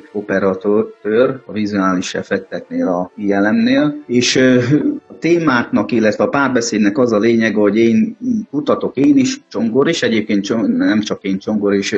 B: segédoperatőr a vizuális effekteknél, a I L M-nél, és a témáknak, illetve a párbeszédnek az a lényeg, hogy én kutatok én is, Csongor is, egyébként nem csak én, Csongor is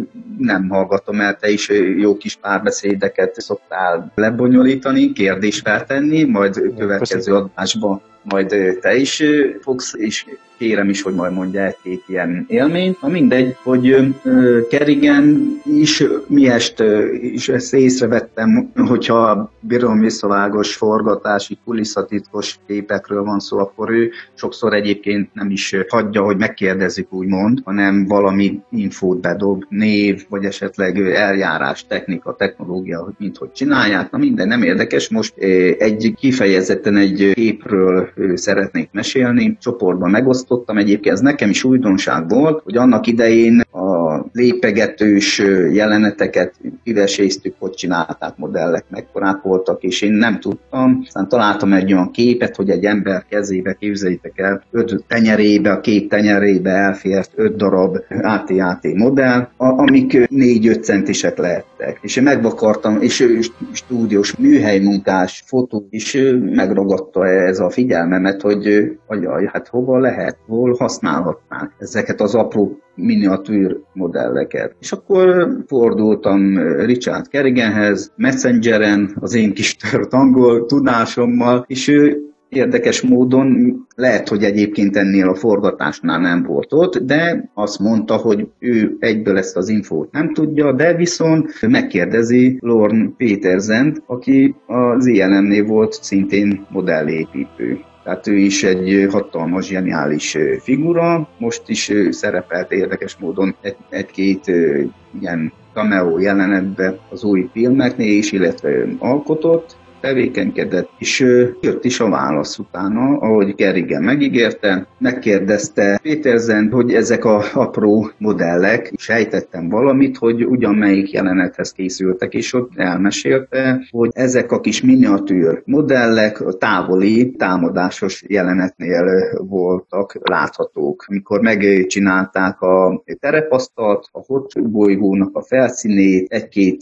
B: nem hallgatom el, te is jó kis párbeszédeket szoktál lebonyolítani, kérdést feltenni, majd következő adásban majd te is fogsz, és kérem is, hogy majd mondja egy-két ilyen élményt. Na mindegy, hogy Kerrigan is miest, és ezt észrevettem, hogyha Birodalom visszavágos forgatási kulisszatitkos képekről van szó, akkor ő sokszor egyébként nem is hagyja, hogy megkérdezzük úgymond, hanem valami infót bedob, név, vagy esetleg eljárás, technika, technológia, hogy mint hogy csinálják. Na minden nem érdekes. Most egy kifejezetten egy képről szeretnék mesélni. Csoportban megosztottam, egyébként ez nekem is újdonság volt, hogy annak idején a lépegetős jeleneteket kiveséztük, hogy csinálták, modellek mekkorák voltak, és én nem tudtam. Aztán találtam egy olyan képet, hogy egy ember kezébe, képzeljétek el, öt tenyerébe, a két tenyerébe elfért öt darab á té á té modell, amik négy-öt centisek lehettek. És én megvakartam, és stúdiós műhelymunkás fotó, és megragadta ez a figyelmemet, hogy ajaj, hát hova lehet, hol használhatnánk ezeket az apró miniatűr modelleket. És akkor fordultam Richard Kerriganhez, Messengeren, az én kis tört angol tudásommal, és ő érdekes módon, lehet, hogy egyébként ennél a forgatásnál nem volt ott, de azt mondta, hogy ő egyből ezt az infót nem tudja, de viszont megkérdezi Lorne Petersent, aki az I L M-nél volt szintén modellépítő. Tehát ő is egy hatalmas, zseniális figura, most is szerepelt érdekes módon egy, egy-két ilyen cameo jelenetbe az új filmeknél is, illetve alkotott, tevékenykedett, és jött is a válasz utána, ahogy Kerrigan megígérte, megkérdezte Petersen, hogy ezek a apró modellek, és sejtettem valamit, hogy ugyan melyik jelenethez készültek, és ott elmesélte, hogy ezek a kis miniatűr modellek a távoli támadásos jelenetnél voltak láthatók. Amikor megcsinálták a terepasztalt, a hot bolygónak a felszínét, egy-két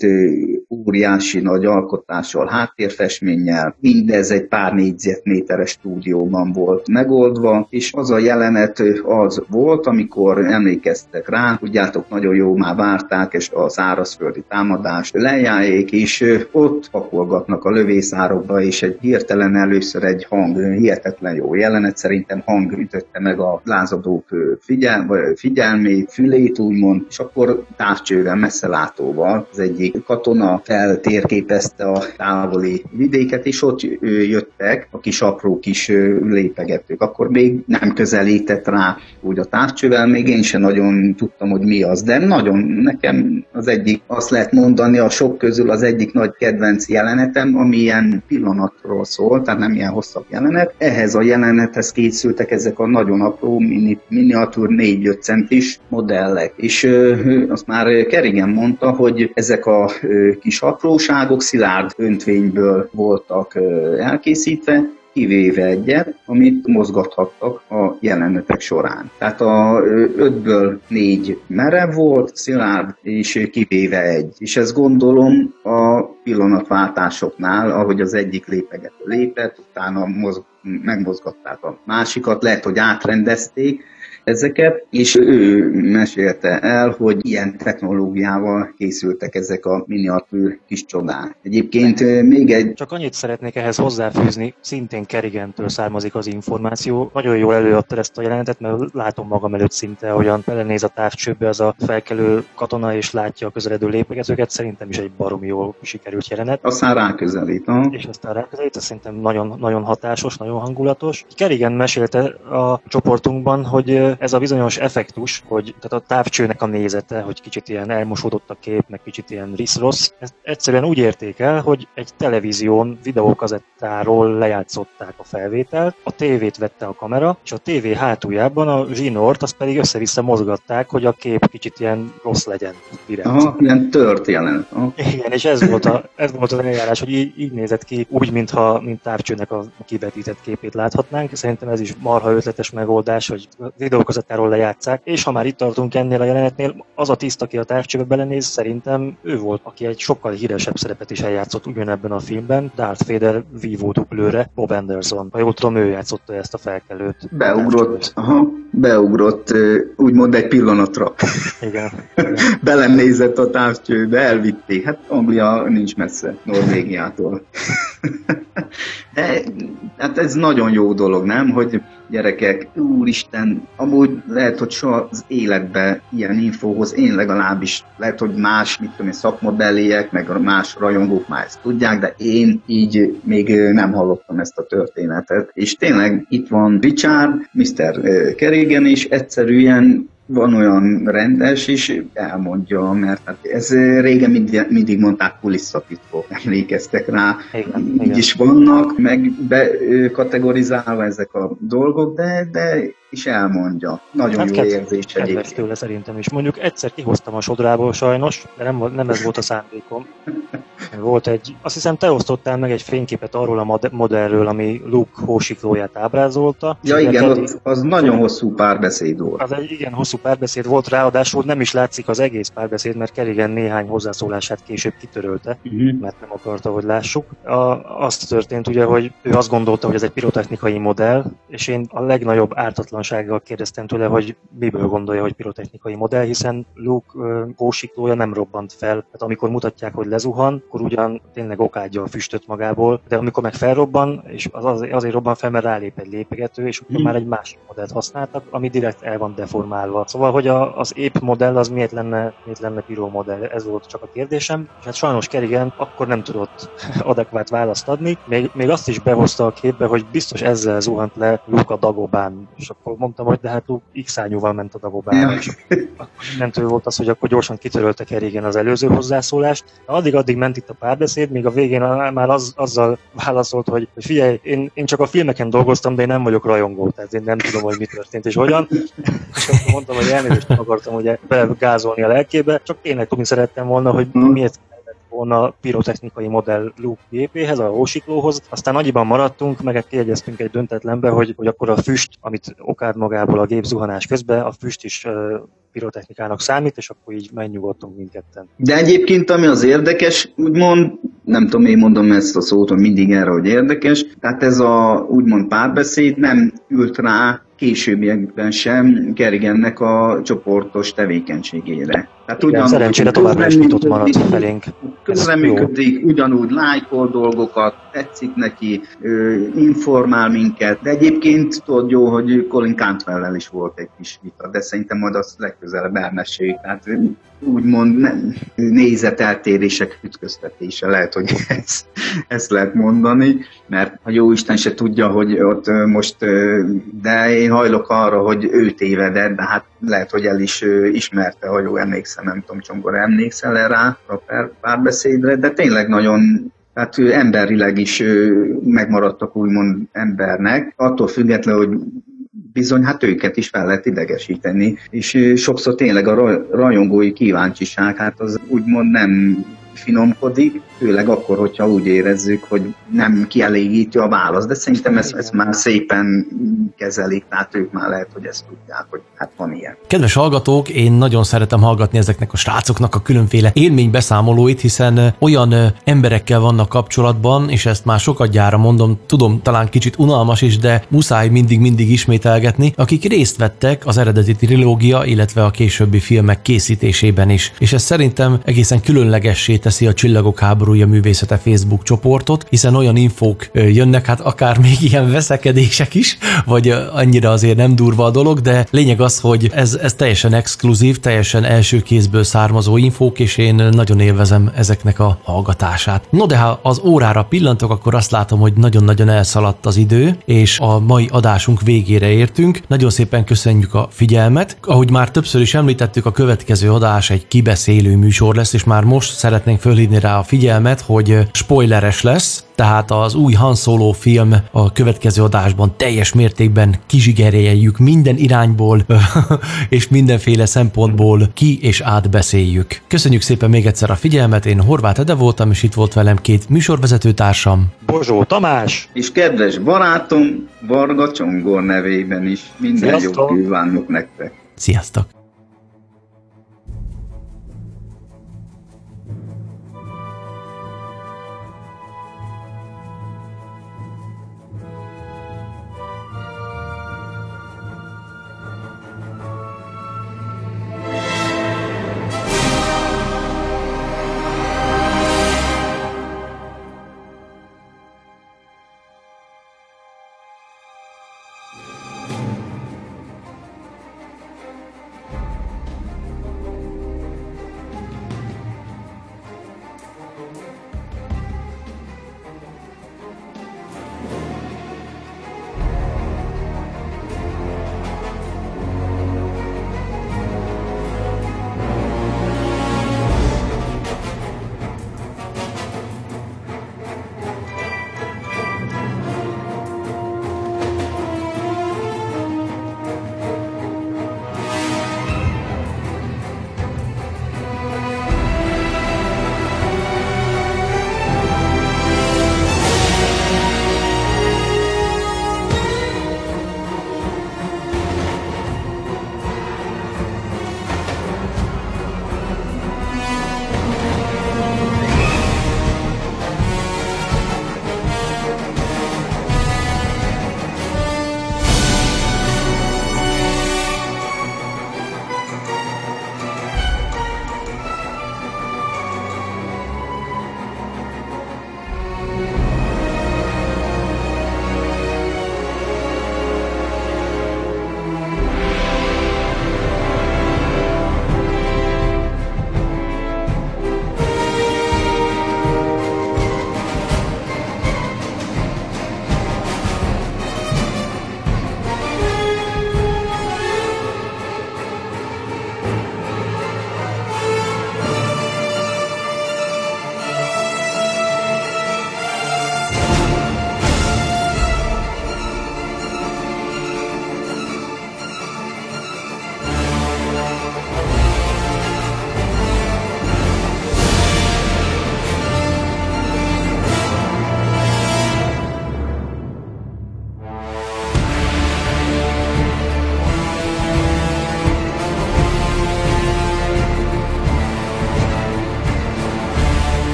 B: óriási nagy alkotással, háttérfestménnyel, mindez egy pár négyzetméteres stúdióban volt megoldva, és az a jelenet az volt, amikor emlékeztek rá, tudjátok, nagyon jó, már várták, és a szárazföldi támadást lejárják, és ott pakolgatnak a lövészárokba, és egy hirtelen először egy hang, hihetetlen jó jelenet, szerintem hang ütötte meg a lázadók figyel, figyelmét, fülét úgymond, és akkor távcsővel, messzelátóval az egyik katona feltérképezte a távoli vidéket, és ott jöttek a kis apró kis lépegetők. Akkor még nem közelített rá úgy a távcsővel, még én sem nagyon tudtam, hogy mi az, de nagyon nekem az egyik, azt lehet mondani, a sok közül az egyik nagy kedvenc jelenetem, ami ilyen pillanatról szól, tehát nem ilyen hosszabb jelenet. Ehhez a jelenethez készültek ezek a nagyon apró mini, miniatúr négy-öt centis modellek, és ö, azt már Kerrigan mondta, hogy ezek a ö, kis apróságok szilárd öntvényből voltak elkészítve, kivéve egyet, amit mozgathattak a jelenetek során. Tehát a ötből négy merev volt, szilárd, és kivéve egy. És ezt gondolom a pillanatváltásoknál, ahogy az egyik lépegető lépett, utána mozg- megmozgatták a másikat, lehet, hogy átrendezték ezeket, és ő mesélte el, hogy ilyen technológiával készültek ezek a miniatűr kis csodák. Egyébként még egy...
C: Csak annyit szeretnék ehhez hozzáfűzni, szintén Kerrigantől származik az információ. Nagyon jól előadta ezt a jelenetet, mert látom magam előtt szinte, hogyan belenéz a távcsőbe az a felkelő katona, és látja a közeledő lépegetőket. Szerintem is egy baromi jól sikerült jelenet.
B: Aztán ráközelít. Ha?
C: És aztán ráközelít, ez szerintem nagyon, nagyon hatásos, nagyon hangulatos. Kerrigan mesélte a csoportunkban, hogy ez a bizonyos effektus, hogy tehát a távcsőnek a nézete, hogy kicsit ilyen elmosódott a kép, meg kicsit ilyen risz-rossz, ezt egyszerűen úgy érték el, hogy egy televízión videókazettáról lejátszották a felvételt, a tévét vette a kamera, és a tévé hátuljában a zsinort azt pedig össze-vissza mozgatták, hogy a kép kicsit ilyen rossz legyen. Direkt.
B: Aha, ilyen tört jelenet. Aha.
C: Igen, és ez volt, a, ez volt az eljárás, hogy így, így nézett ki, úgy, mintha mint távcsőnek a kivetített képét láthatnánk. Szerintem ez is marha ötletes megoldás, hogy videókazettáról lejátszák, és ha már itt tartunk ennél a jelenetnél, az a tiszt, aki a távcsőbe belenéz, szerintem ő volt, aki egy sokkal híresebb szerepet is eljátszott ugyanebben a filmben, Darth Vader vívó duplőre, Bob Anderson. Ha jól tudom, ő játszotta ezt a felkelőt.
B: Beugrott, aha, beugrott, úgymond egy pillanatra.
C: Igen.
B: Belenézett a távcsőbe, elvitték. Hát Anglia nincs messze Norvégiától. De hát ez nagyon jó dolog, nem? Hogy gyerekek, úristen, amúgy lehet, hogy soha az életben ilyen infóhoz, én legalábbis lehet, hogy más, mit tudom én, szakmabeliek, meg más rajongók már ezt tudják, de én így még nem hallottam ezt a történetet. És tényleg itt van Richard, miszter Kerrigan, és egyszerűen van olyan rendes, és elmondja, mert hát ez régen mindig, mindig mondták kulisszatitkok, emlékeztek rá.
C: Igen,
B: így
C: igen.
B: is vannak, meg bekategorizálva ezek a dolgok, de, de is elmondja. Nagyon
C: Hát
B: jó
C: kedves,
B: érzés
C: kedves
B: egyébként.
C: tőle szerintem is. Mondjuk egyszer kihoztam a sodrából sajnos, de nem, nem ez volt a szándékom. Volt egy, azt hiszem te osztottál meg egy fényképet arról a mod- modellről, ami Luke hósiklóját ábrázolta.
B: Ja igen, ott, az nagyon hosszú párbeszéd volt.
C: Az egy igen hosszú párbeszéd volt, ráadásul nem is látszik az egész párbeszéd, mert Kerrigan néhány hozzászólását később kitörölte, uh-huh. mert nem akarta, hogy lássuk. A, azt történt ugye, hogy ő azt gondolta, hogy ez egy pirotechnikai modell, és én a legnagyobb ártatlansággal kérdeztem tőle, hogy miből gondolja, hogy pirotechnikai modell, hiszen Luke hósiklója nem robbant fel. Tehát amikor mutatják, hogy lezuhan, akkor ugyan tényleg okádja a füstöt magából, de amikor meg felrobban, és az azért robban fel, mert rálép egy lépegető, és akkor hmm. már egy másik modellt használtak, ami direkt el van deformálva. Szóval, hogy a, az épp modell az miért lenne, miért lenne piró modell, ez volt csak a kérdésem. És hát sajnos Kerrigan akkor nem tudott adekvát választ adni. Még, még azt is behozta a képbe, hogy biztos ezzel zuhant le Luke a Dagobán. És akkor mondtam, hogy de hát Luke X-ányúval ment a Dagobánra. Ja. És akkor mindentől volt az, hogy akkor gyorsan kitörölte Kerrigan az előző hozzászólást. Addig-addig ment itt a párbeszéd, míg a végén már az, azzal válaszolt, hogy figyelj, én, én csak a filmeken dolgoztam, de én nem vagyok rajongó, tehát én nem tudom, hogy mi történt és hogyan. És akkor mondtam, hogy elnézést nem akartam ugye belegázolni a lelkébe, csak tényleg tudni szerettem volna, hogy miért kellett volna pirotechnikai modell Luke gépéhez, a hósiklóhoz. Aztán annyiban maradtunk, meg kiegyeztünk egy döntetlenbe, hogy, hogy akkor a füst, amit okád magából a gép zuhanás közben, a füst is uh, pirotechnikának számít, és akkor így megnyugodtunk mindketten.
B: De egyébként, ami az érdekes, úgymond, nem tudom, én mondom ezt a szót, hogy mindig erre, hogy érdekes, tehát ez a úgymond párbeszéd nem ült rá későbbiekben sem Kerrigannek a csoportos tevékenységére. Tehát
C: igen, szerencsére továbbra is nyitott maradt felénk.
B: Közreműködik, ugyanúgy lájkol dolgokat, tetszik neki, informál minket, de egyébként tudod jó, hogy Colin Cantwell-lel is volt egy kis vita, de szerintem majd az legközelebb elmeséljük. Tehát úgymond nem, nézeteltérések ütköztetése, lehet, hogy ezt, ezt lehet mondani, mert a jóisten se tudja, hogy ott most, de én hajlok arra, hogy ő tévedett, de hát lehet, hogy el is ismerte, ha jól emlékszem, nem tudom, Csongor, emlékszel rá a párbeszédre, de tényleg nagyon, tehát emberileg is megmaradtak úgymond embernek, attól függetlenül, hogy bizony, hát őket is fel lehet idegesíteni, és sokszor tényleg a rajongói kíváncsiság, hát az úgymond nem finomkodik, főleg akkor, hogyha úgy érezzük, hogy nem kielégítő a válasz, de szerintem ezt, ezt már szépen kezelik, tehát ők már lehet, hogy ezt tudják, hogy hát van ilyen.
A: Kedves hallgatók, én nagyon szeretem hallgatni ezeknek a srácoknak a különféle élménybeszámolóit, hiszen olyan emberekkel vannak kapcsolatban, és ezt már sokadjára mondom, tudom, talán kicsit unalmas is, de muszáj mindig-mindig ismételgetni, akik részt vettek az eredeti trilógia, illetve a későbbi filmek készítésében is. És ez szerintem egészen különlegessé teszi a Csillagok háborúja művészete Facebook csoportot, hiszen olyan infók jönnek, hát akár még ilyen veszekedések is, vagy annyira azért nem durva a dolog, de lényeg az, hogy ez, ez teljesen exkluzív, teljesen első kézből származó infók, és én nagyon élvezem ezeknek a hallgatását. No de ha az órára pillantok, akkor azt látom, hogy nagyon-nagyon elszaladt az idő, és a mai adásunk végére értünk. Nagyon szépen köszönjük a figyelmet. Ahogy már többször is említettük, a következő adás egy kibeszélő műsor lesz, és már most szeretnénk fölhívni rá a figyelmet, hogy spoileres lesz, tehát az új Han Solo film a következő adásban teljes mértékben kizsigereljük minden irányból, és mindenféle szempontból ki és átbeszéljük. Köszönjük szépen még egyszer a figyelmet, én Horváth Ede voltam, és itt volt velem két műsorvezetőtársam.
C: Bozsó Tamás!
B: És kedves barátom, Varga Csongor nevében is minden jót kívánok nektek.
A: Sziasztok!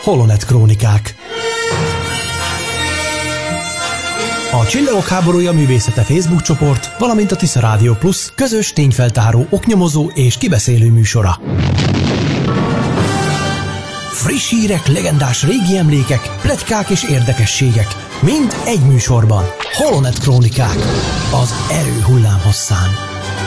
G: Holonet Krónikák. A Csillagok háborúja művészete Facebook csoport, valamint a Tisza Rádió Plus közös tényfeltáró, oknyomozó és kibeszélő műsora. Friss hírek, legendás régi emlékek, pletykák és érdekességek. Mind egy műsorban. Holonet Krónikák. Az erő hullámhosszán.